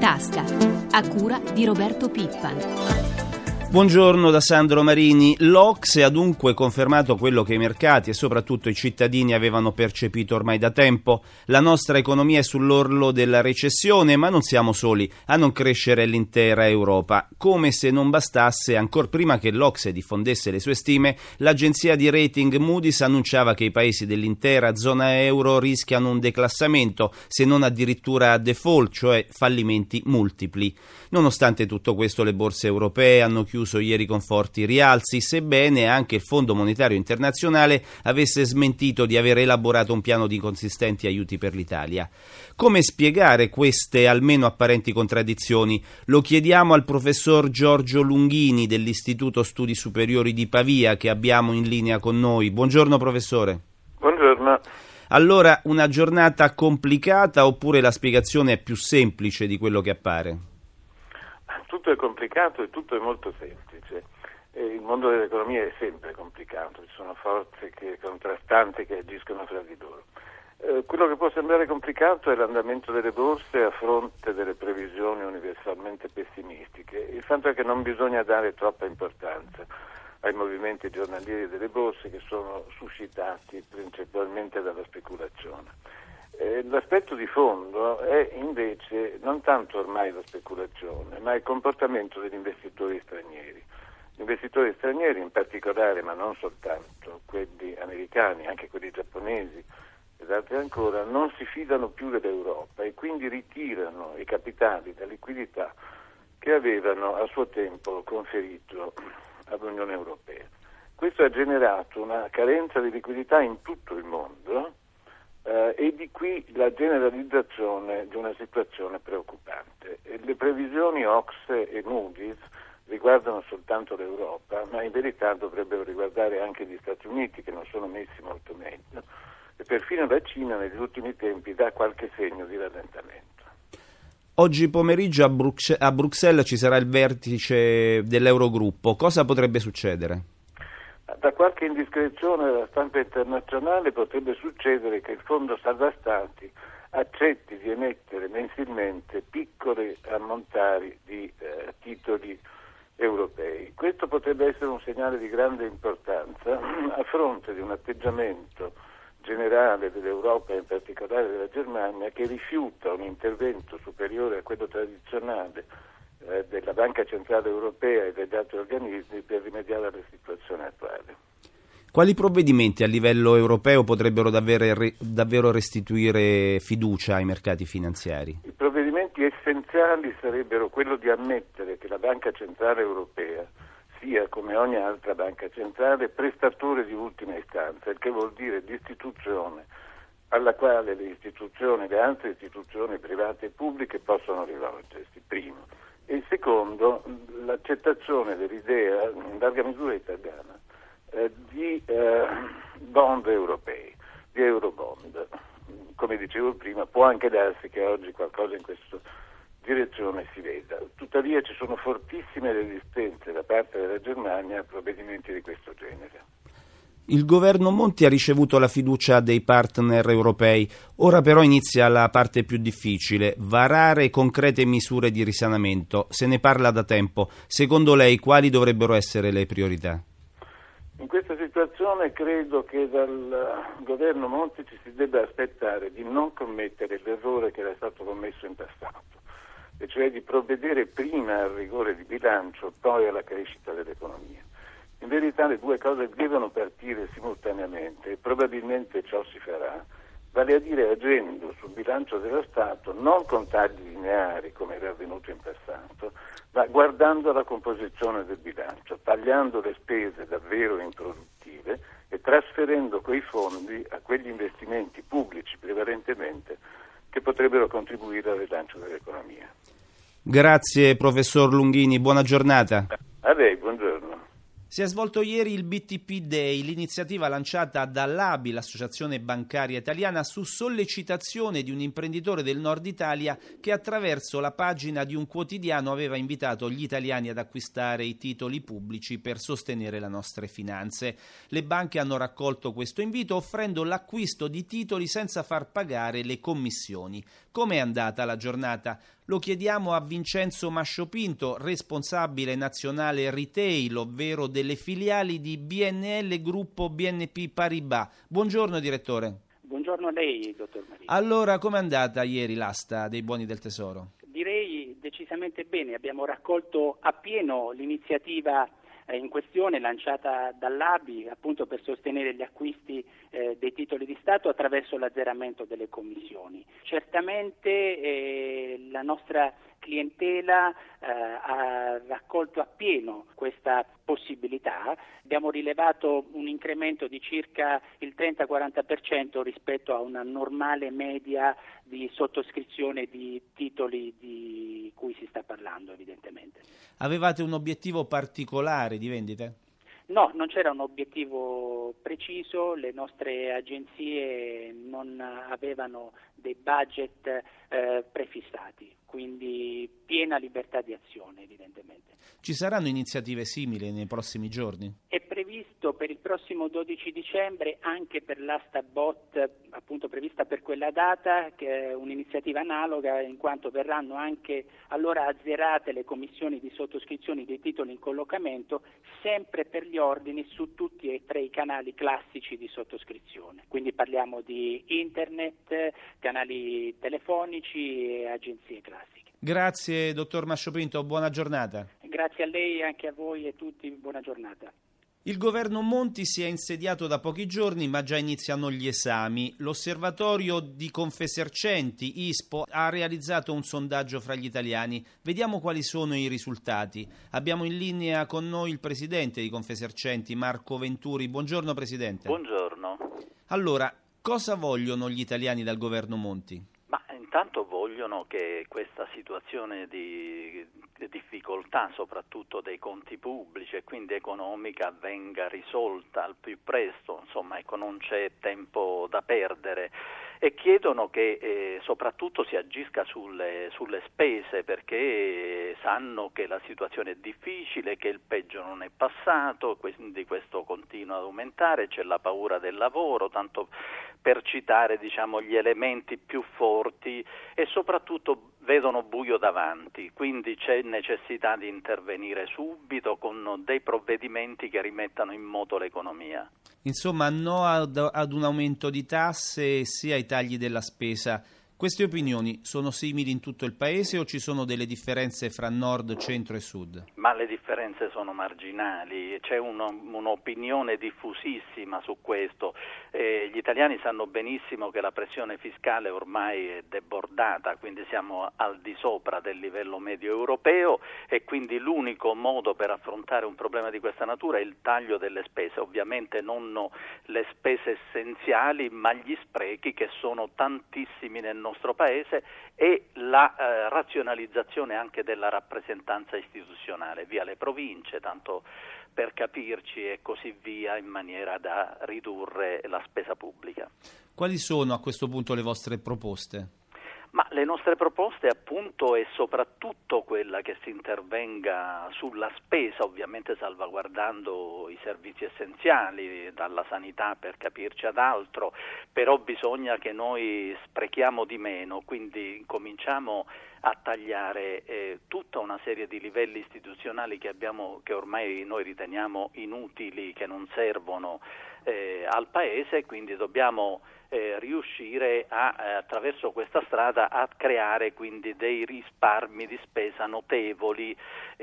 tasca, a cura di Roberto Pippan. Buongiorno da Sandro Marini. L'OCSE ha dunque confermato quello che i mercati e soprattutto i cittadini avevano percepito ormai da tempo. La nostra economia è sull'orlo della recessione, ma non siamo soli a non crescere l'intera Europa. Come se non bastasse, ancor prima che l'OCSE diffondesse le sue stime, l'agenzia di rating Moody's annunciava che i paesi dell'intera zona euro rischiano un declassamento, se non addirittura default, cioè fallimenti multipli. Nonostante tutto questo, le borse europee hanno chiuso ieri con forti rialzi, sebbene anche il Fondo Monetario Internazionale avesse smentito di aver elaborato un piano di consistenti aiuti per l'Italia. Come spiegare queste almeno apparenti contraddizioni? Lo chiediamo al professor Giorgio Lunghini dell'Istituto Studi Superiori di Pavia, che abbiamo in linea con noi. Buongiorno professore. Buongiorno. Allora, una giornata complicata oppure la spiegazione è più semplice di quello che appare? Tutto è complicato e tutto è molto semplice. Il mondo dell'economia è sempre complicato, ci sono forze contrastanti che agiscono fra di loro. Quello che può sembrare complicato è l'andamento delle borse a fronte delle previsioni universalmente pessimistiche. Il fatto è che non bisogna dare troppa importanza ai movimenti giornalieri delle borse, che sono suscitati principalmente dalla speculazione. L'aspetto di fondo è invece non tanto ormai la speculazione, ma il comportamento degli investitori stranieri. Gli investitori stranieri in particolare, ma non soltanto, quelli americani, anche quelli giapponesi ed altri ancora, non si fidano più dell'Europa e quindi ritirano i capitali da liquidità che avevano a suo tempo conferito all'Unione Europea. Questo ha generato una carenza di liquidità in tutto il mondo, e di qui la generalizzazione di una situazione preoccupante. Le previsioni OCSE e Moody's riguardano soltanto l'Europa, ma in verità dovrebbero riguardare anche gli Stati Uniti, che non sono messi molto meglio, e perfino la Cina negli ultimi tempi dà qualche segno di rallentamento. Oggi pomeriggio a Bruxelles ci sarà il vertice dell'Eurogruppo. Cosa potrebbe succedere? Da qualche indiscrezione della stampa internazionale potrebbe succedere che il Fondo Salva Stati accetti di emettere mensilmente piccoli ammontari di titoli europei. Questo potrebbe essere un segnale di grande importanza a fronte di un atteggiamento generale dell'Europa e in particolare della Germania, che rifiuta un intervento superiore a quello tradizionale della Banca Centrale Europea e degli altri organismi per rimediare alla situazione attuale. Quali provvedimenti a livello europeo potrebbero davvero restituire fiducia ai mercati finanziari? I provvedimenti essenziali sarebbero quello di ammettere che la Banca Centrale Europea sia, come ogni altra banca centrale, prestatore di ultima istanza, il che vuol dire l'istituzione alla quale le altre istituzioni private e pubbliche possono rivolgersi, primo. E il secondo, l'accettazione dell'idea, in larga misura italiana, di bond europei, di eurobond. Come dicevo prima, può anche darsi che oggi qualcosa in questa direzione si veda. Tuttavia ci sono fortissime resistenze da parte della Germania a provvedimenti di questo genere. Il governo Monti ha ricevuto la fiducia dei partner europei, ora però inizia la parte più difficile, varare concrete misure di risanamento. Se ne parla da tempo. Secondo lei quali dovrebbero essere le priorità? In questa situazione credo che dal governo Monti ci si debba aspettare di non commettere l'errore che era stato commesso in passato, e cioè di provvedere prima al rigore di bilancio, poi alla crescita dell'economia. In verità le due cose devono partire simultaneamente e probabilmente ciò si farà, vale a dire agendo sul bilancio dello Stato non con tagli lineari come era avvenuto in passato, ma guardando la composizione del bilancio, tagliando le spese davvero improduttive e trasferendo quei fondi a quegli investimenti pubblici prevalentemente che potrebbero contribuire al rilancio dell'economia. Grazie professor Lunghini, buona giornata. A lei, buongiorno. Si è svolto ieri il BTP Day, l'iniziativa lanciata dall'ABI, l'Associazione Bancaria Italiana, su sollecitazione di un imprenditore del nord Italia che attraverso la pagina di un quotidiano aveva invitato gli italiani ad acquistare i titoli pubblici per sostenere le nostre finanze. Le banche hanno raccolto questo invito offrendo l'acquisto di titoli senza far pagare le commissioni. Com'è andata la giornata? Lo chiediamo a Vincenzo Masciopinto, responsabile nazionale retail, ovvero delle filiali di BNL Gruppo BNP Paribas. Buongiorno direttore. Buongiorno a lei, dottor Marini. Allora, com'è andata ieri l'asta dei buoni del tesoro? Direi decisamente bene, abbiamo raccolto appieno l'iniziativa in questione lanciata dall'ABI appunto per sostenere gli acquisti dei titoli di Stato attraverso l'azzeramento delle commissioni. Certamente la nostra clientela ha raccolto appieno questa possibilità. Abbiamo rilevato un incremento di circa il 30-40% rispetto a una normale media di sottoscrizione di titoli di cui si sta parlando evidentemente. Avevate un obiettivo particolare di vendite? No, non c'era un obiettivo preciso, le nostre agenzie non avevano dei budget prefissati, quindi piena libertà di azione evidentemente. Ci saranno iniziative simili nei prossimi giorni? È previsto per il prossimo 12 dicembre anche per l'asta BOT, appunto prevista per quella data, che è un'iniziativa analoga in quanto verranno anche allora azzerate le commissioni di sottoscrizione dei titoli in collocamento sempre per gli ordini su tutti e tre i canali classici di sottoscrizione. Quindi parliamo di internet, canali telefonici e agenzie classiche. Grazie dottor Masciopinto, buona giornata. Grazie a lei e anche a voi e tutti, buona giornata. Il governo Monti si è insediato da pochi giorni, ma già iniziano gli esami. L'osservatorio di Confesercenti, ISPO, ha realizzato un sondaggio fra gli italiani. Vediamo quali sono i risultati. Abbiamo in linea con noi il presidente di Confesercenti, Marco Venturi. Buongiorno presidente. Buongiorno. Allora, cosa vogliono gli italiani dal governo Monti? Ma intanto vogliono che questa situazione di difficoltà, soprattutto dei conti pubblici e quindi economica, venga risolta al più presto, insomma, ecco, non c'è tempo da perdere. E chiedono che soprattutto si agisca sulle spese, perché sanno che la situazione è difficile, che il peggio non è passato, quindi questo continua ad aumentare, c'è la paura del lavoro, tanto per citare gli elementi più forti, e soprattutto vedono buio davanti, quindi c'è necessità di intervenire subito con dei provvedimenti che rimettano in moto l'economia. Insomma, no ad un aumento di tasse sia ai tagli della spesa. Queste opinioni sono simili in tutto il Paese o ci sono delle differenze fra nord, centro e sud? Ma le differenze sono marginali, c'è un'opinione diffusissima su questo. Gli italiani sanno benissimo che la pressione fiscale ormai è debordata, quindi siamo al di sopra del livello medio europeo e quindi l'unico modo per affrontare un problema di questa natura è il taglio delle spese, ovviamente non le spese essenziali ma gli sprechi, che sono tantissimi nel nostro Paese, e la razionalizzazione anche della rappresentanza istituzionale via le province, tanto per capirci, e così via, in maniera da ridurre la spesa pubblica. Quali sono a questo punto le vostre proposte? Ma le nostre proposte appunto è soprattutto quella che si intervenga sulla spesa, ovviamente salvaguardando i servizi essenziali, dalla sanità per capirci ad altro, però bisogna che noi sprechiamo di meno, quindi cominciamo a tagliare tutta una serie di livelli istituzionali che ormai noi riteniamo inutili, che non servono al Paese, quindi dobbiamo riuscire attraverso questa strada a creare quindi dei risparmi di spesa notevoli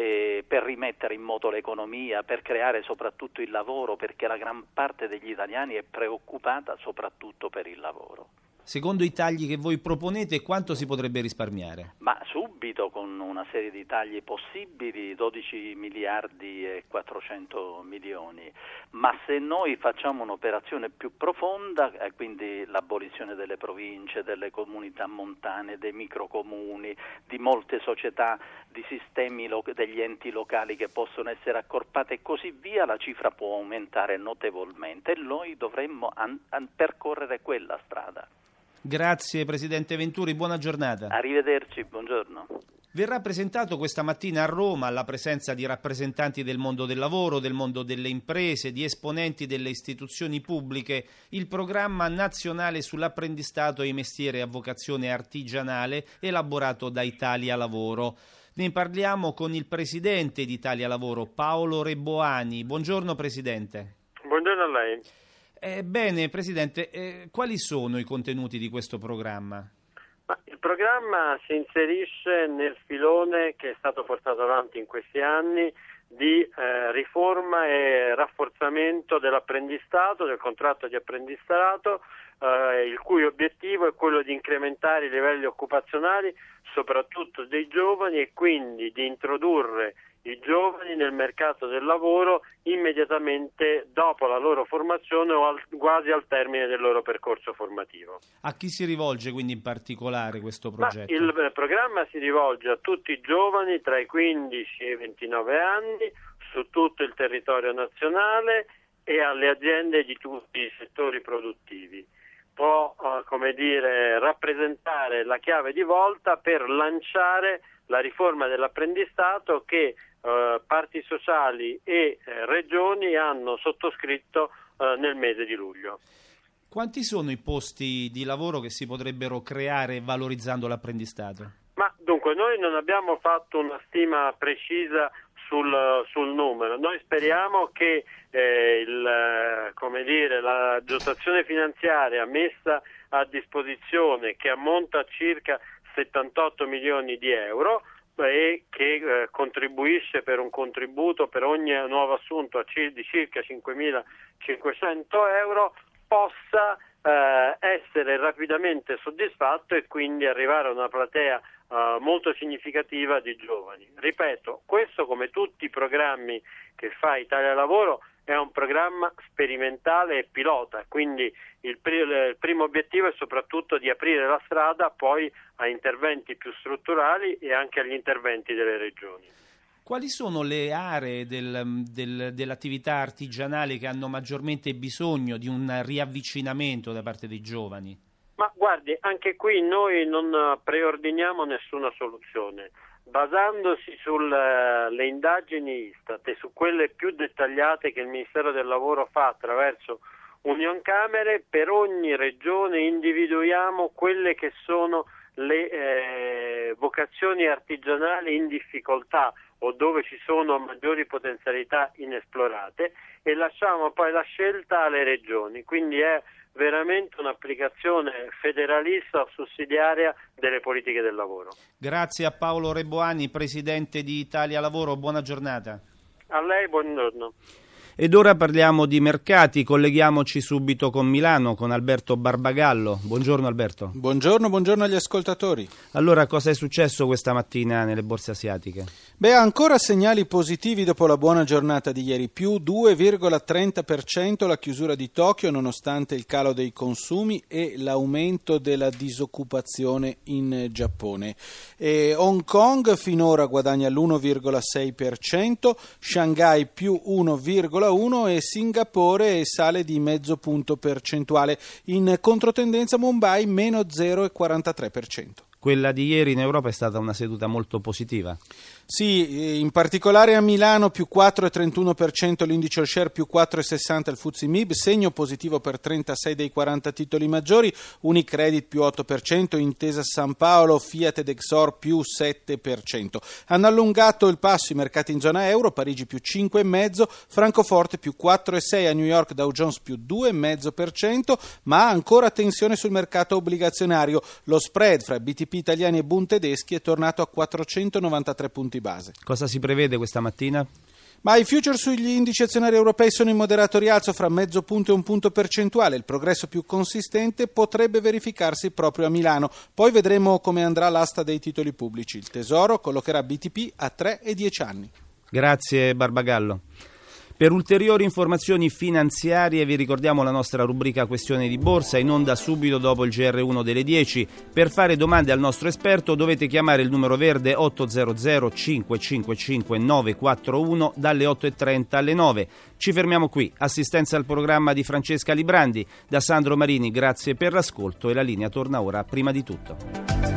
per rimettere in moto l'economia, per creare soprattutto il lavoro, perché la gran parte degli italiani è preoccupata soprattutto per il lavoro. Secondo i tagli che voi proponete, quanto si potrebbe risparmiare? Ma subito, con una serie di tagli possibili, 12 miliardi e 400 milioni. Ma se noi facciamo un'operazione più profonda, quindi l'abolizione delle province, delle comunità montane, dei microcomuni, di molte società, di sistemi degli enti locali che possono essere accorpate e così via, la cifra può aumentare notevolmente e noi dovremmo percorrere quella strada. Grazie Presidente Venturi, buona giornata. Arrivederci, buongiorno. Verrà presentato questa mattina a Roma, alla presenza di rappresentanti del mondo del lavoro, del mondo delle imprese, di esponenti delle istituzioni pubbliche, il programma nazionale sull'apprendistato e i mestieri a vocazione artigianale elaborato da Italia Lavoro. Ne parliamo con il Presidente di Italia Lavoro, Paolo Reboani. Buongiorno Presidente. Buongiorno a lei. Bene, Presidente, quali sono i contenuti di questo programma? Il programma si inserisce nel filone che è stato portato avanti in questi anni di riforma e rafforzamento dell'apprendistato, del contratto di apprendistato, il cui obiettivo è quello di incrementare i livelli occupazionali, soprattutto dei giovani, e quindi di introdurre i giovani nel mercato del lavoro immediatamente dopo la loro formazione o quasi al termine del loro percorso formativo. A chi si rivolge quindi in particolare questo progetto? Il programma si rivolge a tutti i giovani tra i 15 e i 29 anni su tutto il territorio nazionale e alle aziende di tutti i settori produttivi. Può, rappresentare la chiave di volta per lanciare la riforma dell'apprendistato che parti sociali e regioni hanno sottoscritto nel mese di luglio. Quanti sono i posti di lavoro che si potrebbero creare valorizzando l'apprendistato? Ma dunque noi non abbiamo fatto una stima precisa sul numero. Noi speriamo che la dotazione finanziaria messa a disposizione, che ammonta a circa 78 milioni di euro e che contribuisce per un contributo per ogni nuovo assunto di circa 5.500 euro, possa essere rapidamente soddisfatto e quindi arrivare a una platea molto significativa di giovani. Ripeto, questo, come tutti i programmi che fa Italia Lavoro, è un programma sperimentale e pilota, quindi il primo obiettivo è soprattutto di aprire la strada poi a interventi più strutturali e anche agli interventi delle regioni. Quali sono le aree dell'attività artigianale che hanno maggiormente bisogno di un riavvicinamento da parte dei giovani? Ma guardi, anche qui noi non preordiniamo nessuna soluzione. Basandosi sulle indagini Istat e su quelle più dettagliate che il Ministero del Lavoro fa attraverso Unioncamere, per ogni regione individuiamo quelle che sono le vocazioni artigianali in difficoltà o dove ci sono maggiori potenzialità inesplorate e lasciamo poi la scelta alle regioni, quindi è veramente un'applicazione federalista o sussidiaria delle politiche del lavoro. Grazie a Paolo Reboani, Presidente di Italia Lavoro, buona giornata. A lei, buongiorno. Ed ora parliamo di mercati, colleghiamoci subito con Milano, con Alberto Barbagallo. Buongiorno Alberto. Buongiorno agli ascoltatori. Allora, cosa è successo questa mattina nelle borse asiatiche? Ancora segnali positivi dopo la buona giornata di ieri, più 2,30% la chiusura di Tokyo nonostante il calo dei consumi e l'aumento della disoccupazione in Giappone. Hong Kong finora guadagna l'1,6%, Shanghai più 1,1% e Singapore sale di mezzo punto percentuale. In controtendenza Mumbai meno 0,43%. Quella di ieri in Europa è stata una seduta molto positiva. Sì, in particolare a Milano più 4,31% l'indice all share, più 4,60% il FTSE MIB, segno positivo per 36 dei 40 titoli maggiori, Unicredit più 8%, Intesa San Paolo, Fiat ed Exor più 7%. Hanno allungato il passo i mercati in zona euro, Parigi più 5,5%, Francoforte più 4,6%, a New York Dow Jones più 2,5%, ma ancora tensione sul mercato obbligazionario. Lo spread fra BTP italiani e Bund tedeschi è tornato a 493 punti base. Cosa si prevede questa mattina? Ma i future sugli indici azionari europei sono in moderato rialzo fra mezzo punto e un punto percentuale. Il progresso più consistente potrebbe verificarsi proprio a Milano. Poi vedremo come andrà l'asta dei titoli pubblici. Il Tesoro collocherà BTP a 3 e 10 anni. Grazie Barbagallo. Per ulteriori informazioni finanziarie vi ricordiamo la nostra rubrica Questione di Borsa, in onda subito dopo il GR1 delle 10. Per fare domande al nostro esperto dovete chiamare il numero verde 800 555 941 dalle 8.30 alle 9. Ci fermiamo qui. Assistenza al programma di Francesca Librandi. Da Sandro Marini grazie per l'ascolto e la linea torna ora a Prima di Tutto.